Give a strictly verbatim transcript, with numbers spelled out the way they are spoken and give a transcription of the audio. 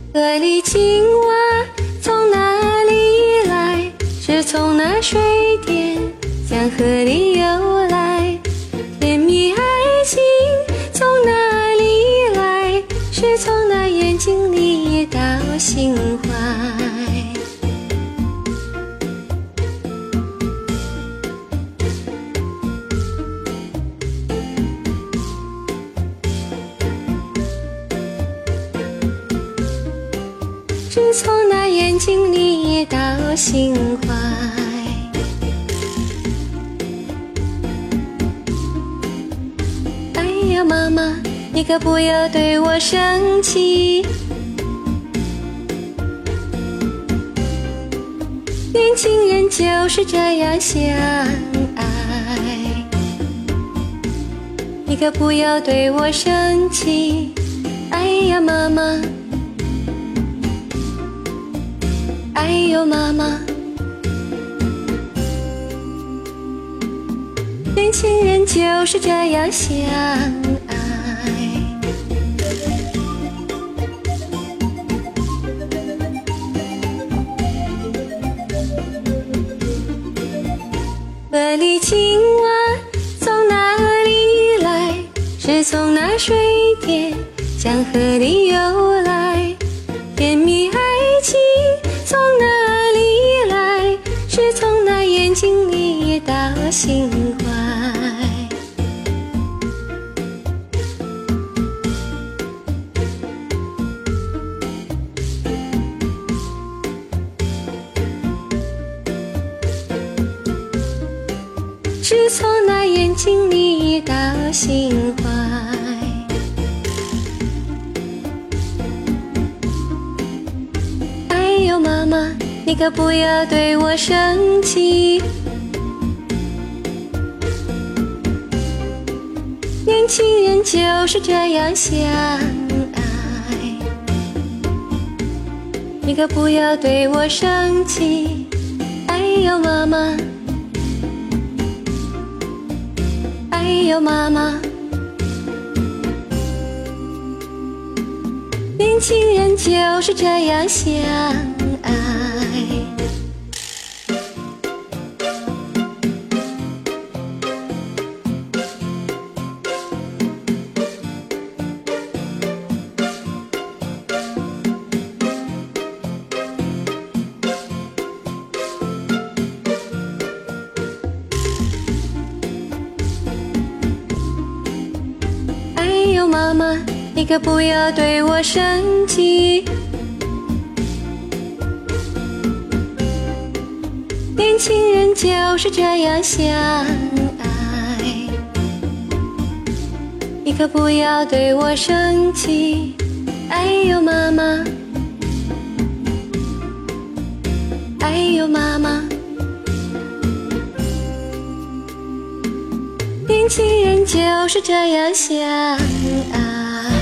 河里青蛙从哪里来？是从那水电江河里游来。甜蜜爱情从哪里来？是从那眼睛里到心怀。是从那眼睛里到心怀。哎呀妈妈，你可不要对我生气，年轻人就是这样相爱。你可不要对我生气，哎呀妈妈，哎呦妈妈，年轻人就是这样相爱。河里青蛙从哪里来？是从那水电江河里游来。甜蜜爱情从哪里来？是从那眼睛里到心怀。是从那眼睛里到心怀。哎呦妈妈，你可不要对我生气，年轻人就是这样相爱。你可不要对我生气，哎呦妈妈，哎呦妈妈，年轻人就是这样相爱。哎呦妈妈，你可不要对我生气，年轻人就是这样相爱。你可不要对我生气，哎呦妈妈，哎呦妈妈，年轻人就是这样相爱。